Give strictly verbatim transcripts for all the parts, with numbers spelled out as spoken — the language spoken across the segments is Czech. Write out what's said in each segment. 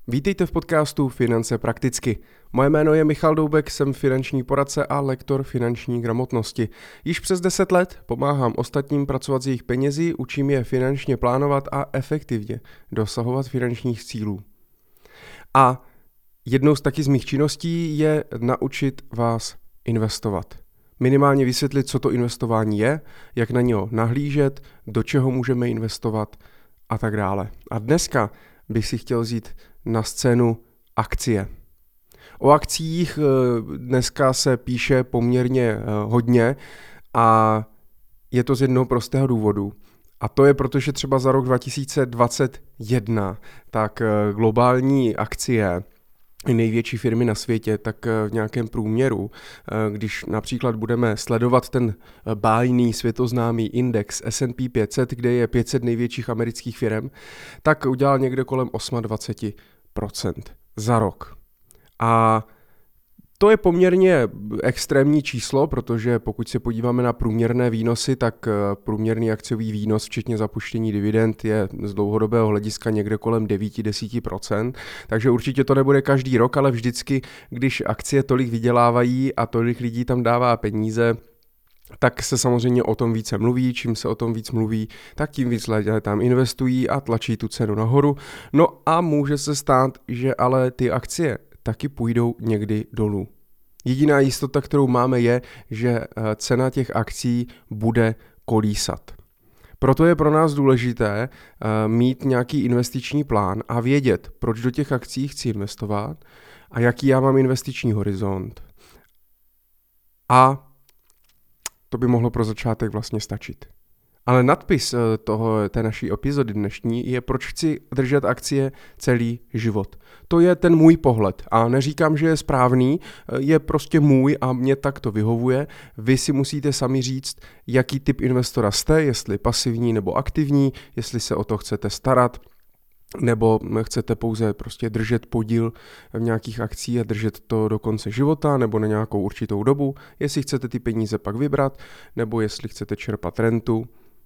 Vítejte v podcastu Finance prakticky. Moje jméno je Michal Doubek, jsem finanční poradce a lektor finanční gramotnosti. Již přes deset let pomáhám ostatním pracovat s jejich penězi, učím je finančně plánovat a efektivně dosahovat finančních cílů. A jednou z taky z mých činností je naučit vás investovat. Minimálně vysvětlit, co to investování je, jak na něho nahlížet, do čeho můžeme investovat a tak dále. A dneska bych si chtěl vzít na scénu akcie. O akcích dneska se píše poměrně hodně a je to z jednoho prostého důvodu. A to je proto, že třeba za rok dva tisíce dvacet jedna tak globální akcie největší firmy na světě, tak v nějakém průměru, když například budeme sledovat ten bájný světoznámý index S and P pět set, kde je pět set největších amerických firm, tak udělal někde kolem dvacet osm procent za rok. A to je poměrně extrémní číslo, protože pokud se podíváme na průměrné výnosy, tak průměrný akciový výnos, včetně zapuštění dividend, je z dlouhodobého hlediska někde kolem devět až deset procent. Takže určitě to nebude každý rok, ale vždycky, když akcie tolik vydělávají a tolik lidí tam dává peníze, tak se samozřejmě o tom více mluví, čím se o tom víc mluví, tak tím víc lidé tam investují a tlačí tu cenu nahoru. No a může se stát, že ale ty akcie taky půjdou někdy dolů. Jediná jistota, kterou máme, je, že cena těch akcí bude kolísat. Proto je pro nás důležité mít nějaký investiční plán a vědět, proč do těch akcí chci investovat a jaký já mám investiční horizont. A to by mohlo pro začátek vlastně stačit. Ale nadpis toho, té naší epizody dnešní je, proč chci držet akcie celý život. To je ten můj pohled a neříkám, že je správný, je prostě můj a mě tak to vyhovuje. Vy si musíte sami říct, jaký typ investora jste, jestli pasivní nebo aktivní, jestli se o to chcete starat, nebo chcete pouze prostě držet podíl v nějakých akcích a držet to do konce života nebo na nějakou určitou dobu, jestli chcete ty peníze pak vybrat, nebo jestli chcete čerpat rentu.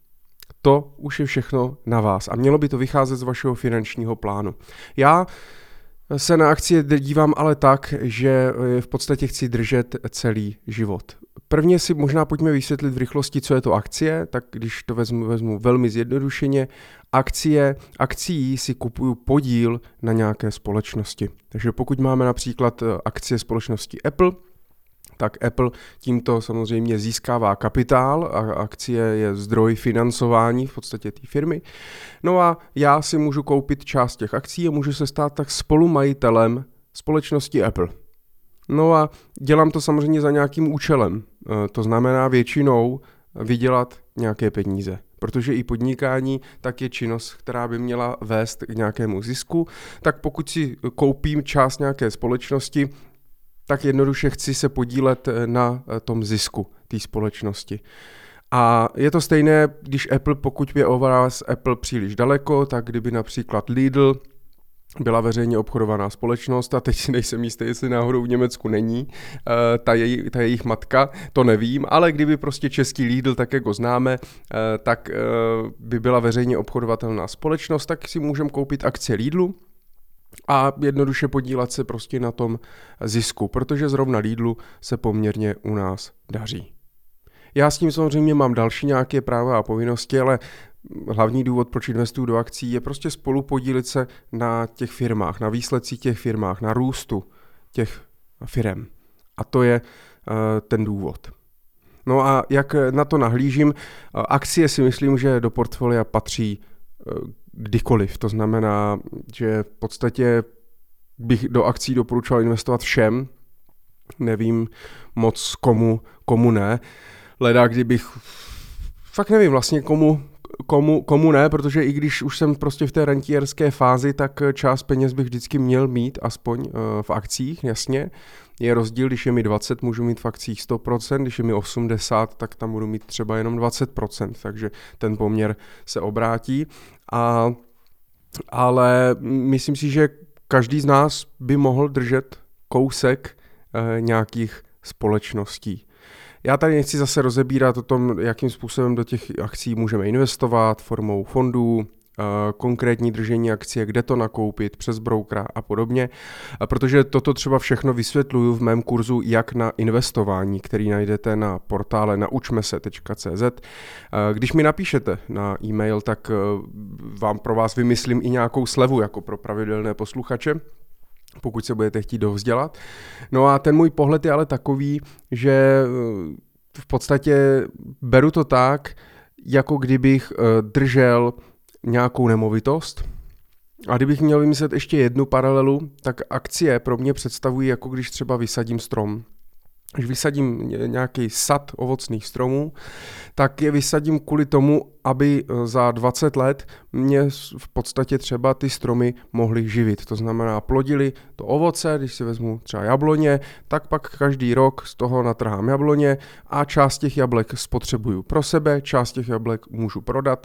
To už je všechno na vás a mělo by to vycházet z vašeho finančního plánu. Já se na akcie dívám ale tak, že v podstatě chci držet celý život. Prvně si možná pojďme vysvětlit v rychlosti, co je to akcie, tak když to vezmu, vezmu velmi zjednodušeně, akcie, akcií si kupuju podíl na nějaké společnosti. Takže pokud máme například akcie společnosti Apple, tak Apple tímto samozřejmě získává kapitál a akcie je zdroj financování v podstatě té firmy. No a já si můžu koupit část těch akcí a můžu se stát tak spolumajitelem společnosti Apple. No a dělám to samozřejmě za nějakým účelem. To znamená většinou vydělat nějaké peníze. Protože i podnikání tak je činnost, která by měla vést k nějakému zisku. Tak pokud si koupím část nějaké společnosti, tak jednoduše chci se podílet na tom zisku té společnosti. A je to stejné, když Apple, pokud je o vás Apple příliš daleko, tak kdyby například Lidl byla veřejně obchodovaná společnost a teď si nejsem jistý, jestli náhodou v Německu není ta, jej, ta jejich matka, to nevím, ale kdyby prostě český Lidl, tak jak ho známe, tak by byla veřejně obchodovatelná společnost, tak si můžeme koupit akcie Lidlu a jednoduše podílet se prostě na tom zisku, protože zrovna Lidlu se poměrně u nás daří. Já s tím samozřejmě mám další nějaké práva a povinnosti, ale hlavní důvod, proč investuju do akcí, je prostě spolu podílit se na těch firmách, na výsledcích těch firmách, na růstu těch firem. A to je uh, ten důvod. No a jak na to nahlížím, akcie si myslím, že do portfolia patří uh, kdykoliv. To znamená, že v podstatě bych do akcí doporučoval investovat všem. Nevím moc komu, komu ne. Leda, kdybych, fakt nevím vlastně komu, komu, komu ne, protože i když už jsem prostě v té rentierské fázi, tak část peněz bych vždycky měl mít, aspoň uh, v akcích, jasně. Je rozdíl, když je mi dvacet, můžu mít v akcích sto procent, když je mi osmdesát, tak tam budu mít třeba jenom dvacet procent, takže ten poměr se obrátí. A, ale myslím si, že každý z nás by mohl držet kousek uh, nějakých společností. Já tady nechci zase rozebírat o tom, jakým způsobem do těch akcí můžeme investovat, formou fondů, konkrétní držení akcie, kde to nakoupit, přes brokera a podobně, protože toto třeba všechno vysvětluju v mém kurzu Jak na investování, který najdete na portále naučme se tečka cé zet. Když mi napíšete na e-mail, tak vám pro vás vymyslím i nějakou slevu jako pro pravidelné posluchače, pokud se budete chtít dovzdělat. No a ten můj pohled je ale takový, že v podstatě beru to tak, jako kdybych držel nějakou nemovitost. A kdybych měl vymyslet ještě jednu paralelu, tak akcie pro mě představují, jako když třeba vysadím strom. Když vysadím nějaký sad ovocných stromů, tak je vysadím kvůli tomu, aby za dvacet let mě v podstatě třeba ty stromy mohly živit. To znamená, plodili to ovoce, když si vezmu třeba jabloně, tak pak každý rok z toho natrhám jabloně a část těch jablek spotřebuju pro sebe, část těch jablek můžu prodat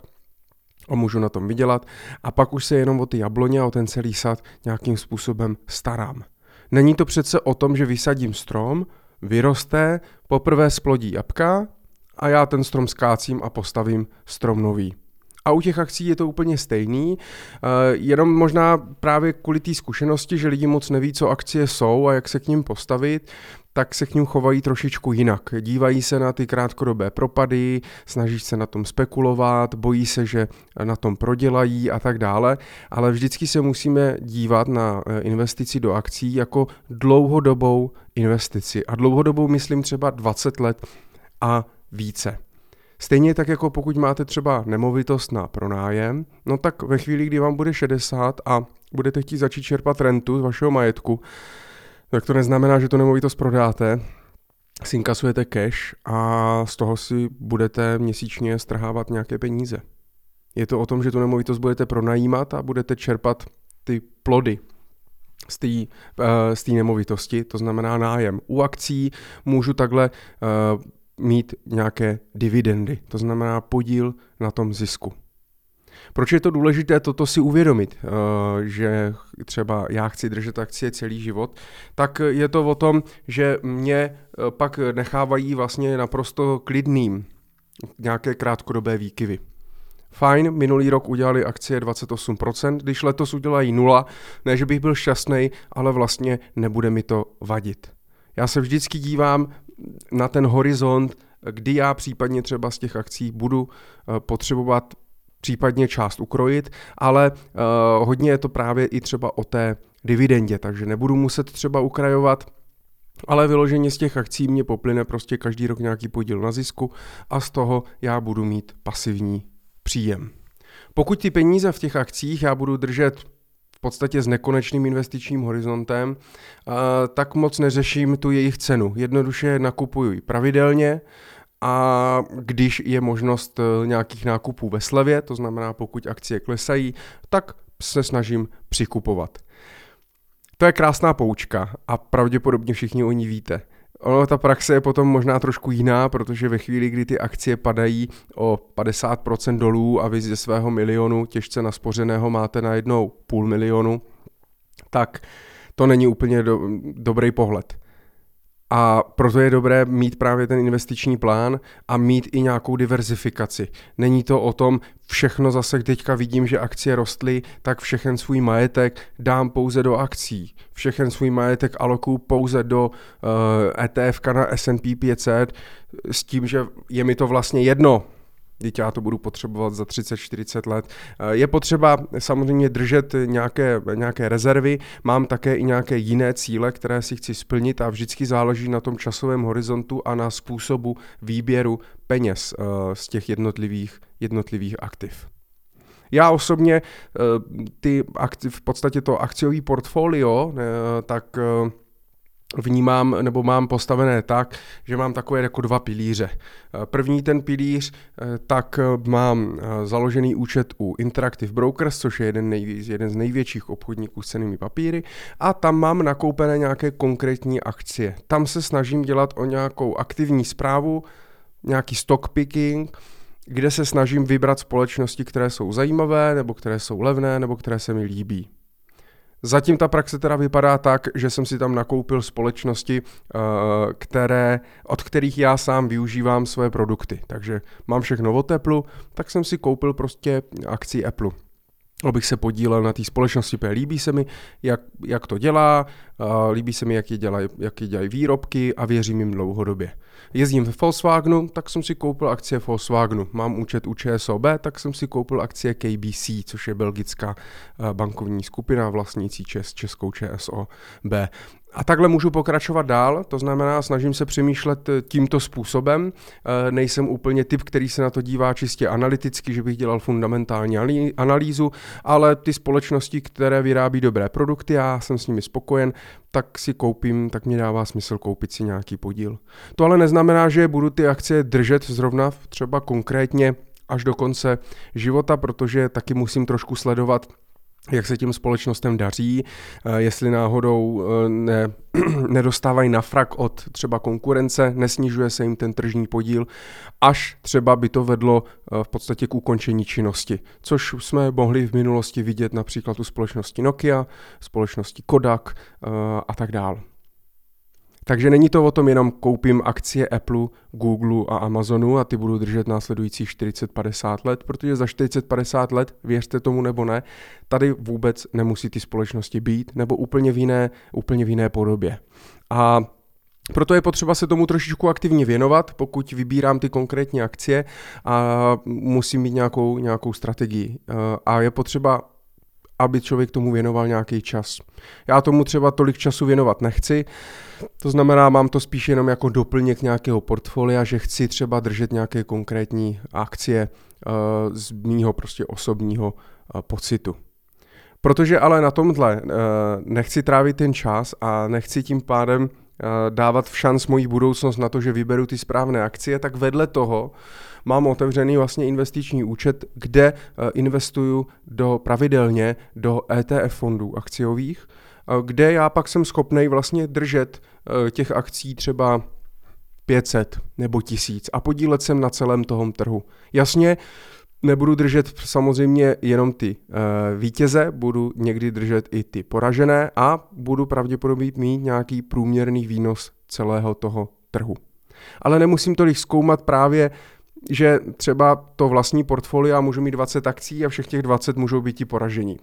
a můžu na tom vydělat a pak už se jenom o ty jabloně a o ten celý sad nějakým způsobem starám. Není to přece o tom, že vysadím strom, vyroste, poprvé splodí jabka a já ten strom skácím a postavím strom nový. A u těch akcí je to úplně stejný, jenom možná právě kvůli té zkušenosti, že lidi moc neví, co akcie jsou a jak se k ním postavit, tak se k ním chovají trošičku jinak. Dívají se na ty krátkodobé propady, snaží se na tom spekulovat, bojí se, že na tom prodělají a tak dále, ale vždycky se musíme dívat na investici do akcí jako dlouhodobou investici. A dlouhodobou myslím třeba dvacet let a více. Stejně tak jako pokud máte třeba nemovitost na pronájem, no tak ve chvíli, kdy vám bude šedesát a budete chtít začít čerpat rentu z vašeho majetku, tak to neznamená, že tu nemovitost prodáte, si inkasujete cash a z toho si budete měsíčně strhávat nějaké peníze. Je to o tom, že tu nemovitost budete pronajímat a budete čerpat ty plody z té z té nemovitosti, to znamená nájem. U akcí můžu takhle uh, mít nějaké dividendy, to znamená podíl na tom zisku. Proč je to důležité toto si uvědomit, že třeba já chci držet akcie celý život, tak je to o tom, že mě pak nechávají vlastně naprosto klidným nějaké krátkodobé výkyvy. Fajn, minulý rok udělali akcie dvacet osm procent, když letos udělají nula, ne, že bych byl šťastný, ale vlastně nebude mi to vadit. Já se vždycky dívám na ten horizont, kdy já případně třeba z těch akcí budu potřebovat případně část ukrojit, ale uh, hodně je to právě i třeba o té dividendě, takže nebudu muset třeba ukrajovat, ale vyloženě z těch akcí mě poplyne prostě každý rok nějaký podíl na zisku a z toho já budu mít pasivní příjem. Pokud ty peníze v těch akcích já budu držet v podstatě s nekonečným investičním horizontem, uh, tak moc neřeším tu jejich cenu. Jednoduše nakupuji pravidelně, a když je možnost nějakých nákupů ve slevě, to znamená pokud akcie klesají, tak se snažím přikupovat. To je krásná poučka a pravděpodobně všichni o ní víte. Ono, ta praxe je potom možná trošku jiná, protože ve chvíli, kdy ty akcie padají o padesát procent dolů a vy ze svého milionu těžce naspořeného máte najednou půl milionu, tak to není úplně do, dobrý pohled. A proto je dobré mít právě ten investiční plán a mít i nějakou diverzifikaci. Není to o tom, všechno zase teďka vidím, že akcie rostly, tak všechen svůj majetek dám pouze do akcí. Všechen svůj majetek alokuju pouze do uh, E T F na S and P pět set s tím, že je mi to vlastně jedno. Teď já to budu potřebovat za třicet čtyřicet let. Je potřeba samozřejmě držet nějaké, nějaké rezervy, mám také i nějaké jiné cíle, které si chci splnit a vždycky záleží na tom časovém horizontu a na způsobu výběru peněz z těch jednotlivých, jednotlivých aktiv. Já osobně ty aktiv, v podstatě to akciový portfolio, tak vnímám nebo mám postavené tak, že mám takové jako dva pilíře. První ten pilíř, tak mám založený účet u Interactive Brokers, což je jeden, nejvíc, jeden z největších obchodníků s cennými papíry a tam mám nakoupené nějaké konkrétní akcie. Tam se snažím dělat o nějakou aktivní správu, nějaký stock picking, kde se snažím vybrat společnosti, které jsou zajímavé, nebo které jsou levné, nebo které se mi líbí. Zatím ta praxe teda vypadá tak, že jsem si tam nakoupil společnosti, které, od kterých já sám využívám své produkty. Takže mám všechno od Apple, tak jsem si koupil prostě akci Apple. abych se podílel na té společnosti, protože líbí se mi, jak, jak to dělá, líbí se mi, jak je dělají, jak je dělají výrobky a věřím jim dlouhodobě. Jezdím ve Volkswagenu, tak jsem si koupil akcie Volkswagenu. Mám účet u ČSOB, tak jsem si koupil akcie K B C, což je belgická bankovní skupina vlastnící čes, českou ČSOB. A takhle můžu pokračovat dál, to znamená, snažím se přemýšlet tímto způsobem. Nejsem úplně typ, který se na to dívá čistě analyticky, že bych dělal fundamentální analýzu, ale ty společnosti, které vyrábí dobré produkty, já jsem s nimi spokojen, tak si koupím, tak mě dává smysl koupit si nějaký podíl. To ale neznamená, že budu ty akcie držet zrovna třeba konkrétně až do konce života, protože taky musím trošku sledovat, jak se těm společnostem daří, jestli náhodou ne, nedostávají na frak od třeba konkurence, nesnižuje se jim ten tržní podíl, až třeba by to vedlo v podstatě k ukončení činnosti, což jsme mohli v minulosti vidět například u společnosti Nokia, společnosti Kodak a tak dále. Takže není to o tom jenom koupím akcie Apple, Google a Amazonu a ty budu držet následujících čtyřicet padesát let, protože za čtyřicet padesát let, věřte tomu nebo ne, tady vůbec nemusí ty společnosti být nebo úplně v jiné, úplně v jiné podobě. A proto je potřeba se tomu trošičku aktivně věnovat, pokud vybírám ty konkrétní akcie a musím mít nějakou, nějakou strategii. A je potřeba, aby člověk tomu věnoval nějaký čas. Já tomu třeba tolik času věnovat nechci, to znamená, mám to spíš jenom jako doplněk nějakého portfolia, že chci třeba držet nějaké konkrétní akcie uh, z mýho prostě osobního uh, pocitu. Protože ale na tomhle uh, nechci trávit ten čas a nechci tím pádem uh, dávat v šanc moji budoucnost na to, že vyberu ty správné akcie, tak vedle toho mám otevřený vlastně investiční účet, kde uh, investuju do pravidelně do E T F fondů akciových, kde já pak jsem schopnej vlastně držet těch akcí třeba pět set nebo tisíc a podílet se na celém tom trhu. Jasně, nebudu držet samozřejmě jenom ty vítěze, budu někdy držet i ty poražené a budu pravděpodobně mít nějaký průměrný výnos celého toho trhu. Ale nemusím tolik zkoumat právě, že třeba to vlastní portfolio můžu mít dvacet akcí a všech těch dvacet můžou být i poražení.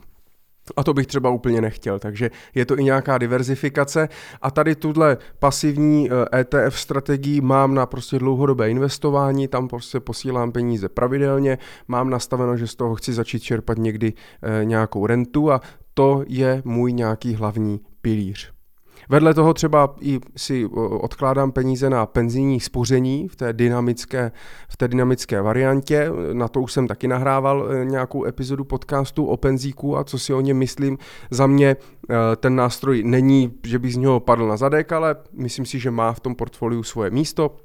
A to bych třeba úplně nechtěl, takže je to i nějaká diverzifikace a tady tuhle pasivní E T F strategii mám na prostě dlouhodobé investování, tam prostě posílám peníze pravidelně, mám nastaveno, že z toho chci začít čerpat někdy e, nějakou rentu a to je můj nějaký hlavní pilíř. Vedle toho třeba i si odkládám peníze na penzijní spoření v té dynamické, v té dynamické variantě. Na to už jsem taky nahrával nějakou epizodu podcastu o penzíku a co si o něm myslím. Za mě ten nástroj není, že bych z něho padl na zadek, ale myslím si, že má v tom portfoliu svoje místo.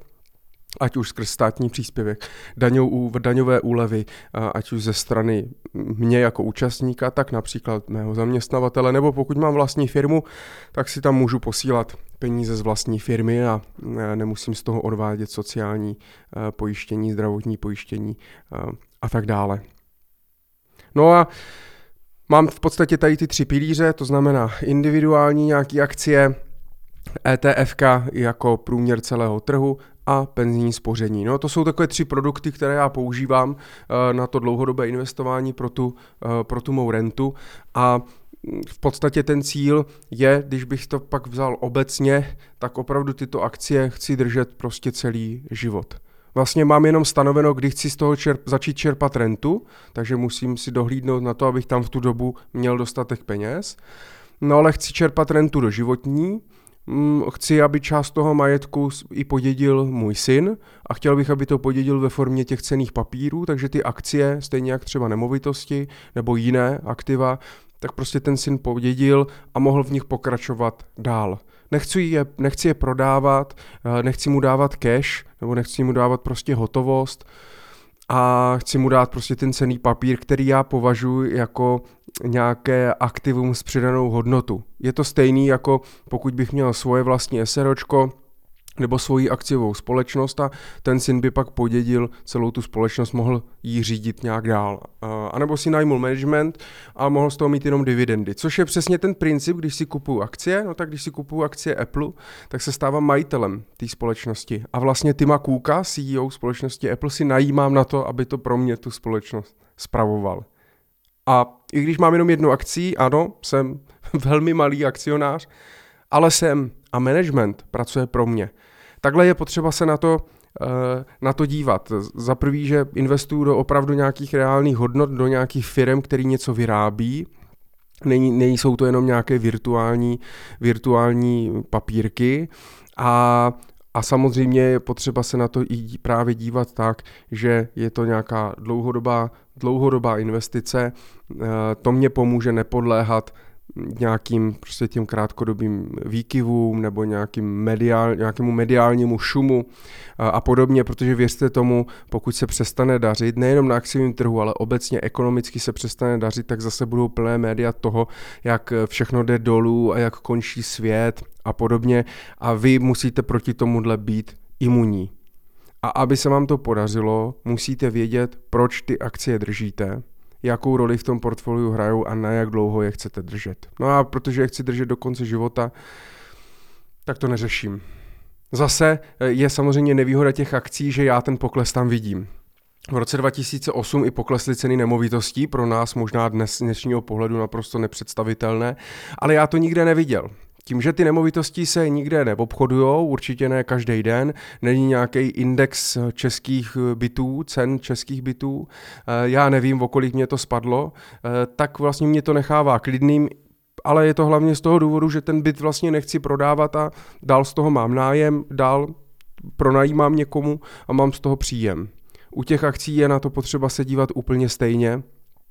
Ať už skrz státní příspěvek, daňou, daňové úlevy, ať už ze strany mě jako účastníka, tak například mého zaměstnavatele, nebo pokud mám vlastní firmu, tak si tam můžu posílat peníze z vlastní firmy a nemusím z toho odvádět sociální pojištění, zdravotní pojištění a tak dále. No a mám v podstatě tady ty tři pilíře, to znamená individuální nějaké akcie, E T F ka jako průměr celého trhu a penzijní spoření. No, to jsou takové tři produkty, které já používám uh, na to dlouhodobé investování pro tu, uh, pro tu mou rentu a v podstatě ten cíl je, když bych to pak vzal obecně, tak opravdu tyto akcie chci držet prostě celý život. Vlastně mám jenom stanoveno, kdy chci z toho čerp- začít čerpat rentu, takže musím si dohlídnout na to, abych tam v tu dobu měl dostatek peněz. No ale chci čerpat rentu doživotní, chci, aby část toho majetku i podědil můj syn a chtěl bych, aby to podědil ve formě těch cenných papírů, takže ty akcie, stejně jak třeba nemovitosti nebo jiné aktiva, tak prostě ten syn podědil a mohl v nich pokračovat dál. Nechci je, nechci je prodávat, nechci mu dávat cash nebo nechci mu dávat prostě hotovost a chci mu dát prostě ten cenný papír, který já považuji jako nějaké aktivum s přidanou hodnotu. Je to stejný, jako pokud bych měl svoje vlastní SROčko nebo svoji akciovou společnost a ten syn by pak podědil celou tu společnost, mohl jí řídit nějak dál. A nebo si najmul management a mohl z toho mít jenom dividendy, což je přesně ten princip, když si kupuju akcie, no tak když si kupuju akcie Apple, tak se stávám majitelem té společnosti. A vlastně Tima Cooka, C E O společnosti Apple, si najímám na to, aby to pro mě tu společnost spravoval. A i když mám jenom jednu akci, ano, jsem velmi malý akcionář, ale jsem a management pracuje pro mě. Takhle je potřeba se na to, na to dívat. Za prvý, že investuju do opravdu nějakých reálných hodnot, do nějakých firm, který něco vyrábí. Není, nejsou to jenom nějaké virtuální, virtuální papírky. A A samozřejmě je potřeba se na to i právě dívat tak, že je to nějaká dlouhodobá, dlouhodobá investice. To mě pomůže nepodléhat nějakým prostě těm krátkodobým výkyvům nebo nějakým mediál, nějakému mediálnímu šumu a podobně, protože věřte tomu, pokud se přestane dařit, nejenom na akciovém trhu, ale obecně ekonomicky se přestane dařit, tak zase budou plné média toho, jak všechno jde dolů a jak končí svět a podobně a vy musíte proti tomuhle být imunní. A aby se vám to podařilo, musíte vědět, proč ty akcie držíte, jakou roli v tom portfoliu hrajou a na jak dlouho je chcete držet. No a protože je chci držet do konce života, tak to neřeším. Zase je samozřejmě nevýhoda těch akcí, že já ten pokles tam vidím. V roce dva tisíce osm i poklesly ceny nemovitostí, pro nás možná dnes z dnešního pohledu naprosto nepředstavitelné, ale já to nikde neviděl. Tím, že ty nemovitosti se nikde neobchodujou, určitě ne každý den, není nějaký index českých bytů, cen českých bytů, já nevím, o kolik mě to spadlo, tak vlastně mě to nechává klidným, ale je to hlavně z toho důvodu, že ten byt vlastně nechci prodávat a dál z toho mám nájem, dál pronajímám někomu a mám z toho příjem. U těch akcí je na to potřeba se dívat úplně stejně,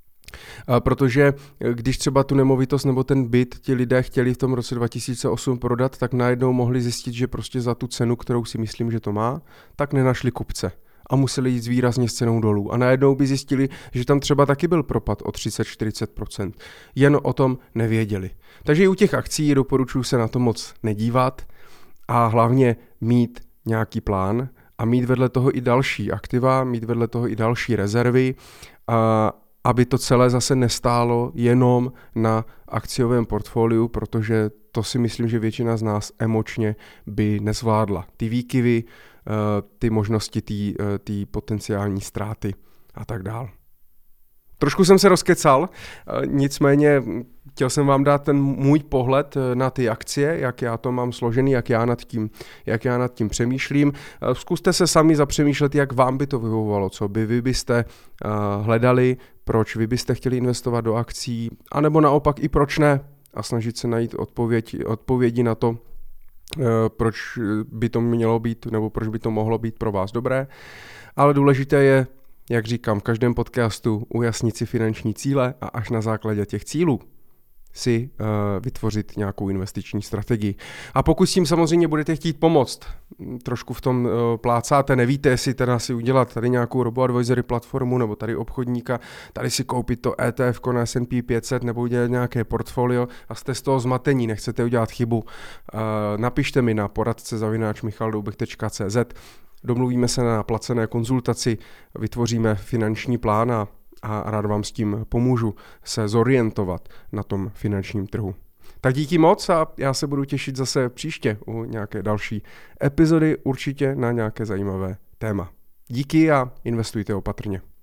protože když třeba tu nemovitost nebo ten byt ti lidé chtěli v tom roce dva tisíce osm prodat, tak najednou mohli zjistit, že prostě za tu cenu, kterou si myslím, že to má, tak nenašli kupce a museli jít výrazně s cenou dolů. A najednou by zjistili, že tam třeba taky byl propad o třicet až čtyřicet procent. Jen o tom nevěděli. Takže i u těch akcí doporučuji se na to moc nedívat a hlavně mít nějaký plán a mít vedle toho i další aktiva, mít vedle toho i další rezervy, a aby to celé zase nestálo jenom na akciovém portfoliu, protože to si myslím, že většina z nás emočně by nezvládla. Ty výkyvy, ty možnosti, ty, ty potenciální ztráty a tak dál. Trošku jsem se rozkecal, nicméně chtěl jsem vám dát ten můj pohled na ty akcie, jak já to mám složený, jak já nad tím, jak já nad tím přemýšlím. Zkuste se sami zapřemýšlet, jak vám by to vyhovovalo, co by vy byste hledali, proč vy byste chtěli investovat do akcí, anebo naopak i proč ne a snažit se najít odpověď, odpovědi na to, proč by to mělo být, nebo proč by to mohlo být pro vás dobré. Ale důležité je, jak říkám v každém podcastu, ujasnit si finanční cíle a až na základě těch cílů si uh, vytvořit nějakou investiční strategii. A pokud s tím samozřejmě budete chtít pomoct, trošku v tom uh, plácáte, nevíte, jestli teda si udělat tady nějakou robo-advisory platformu nebo tady obchodníka, tady si koupit to E T F na S and P pět set nebo udělat nějaké portfolio a jste z toho zmatení, nechcete udělat chybu, uh, napište mi na poradce zavináč michal doubek tečka cé zet. Domluvíme se na placené konzultaci, vytvoříme finanční plán a, a rád vám s tím pomůžu se zorientovat na tom finančním trhu. Tak díky moc a já se budu těšit zase příště u nějaké další epizody, určitě na nějaké zajímavé téma. Díky a investujte opatrně.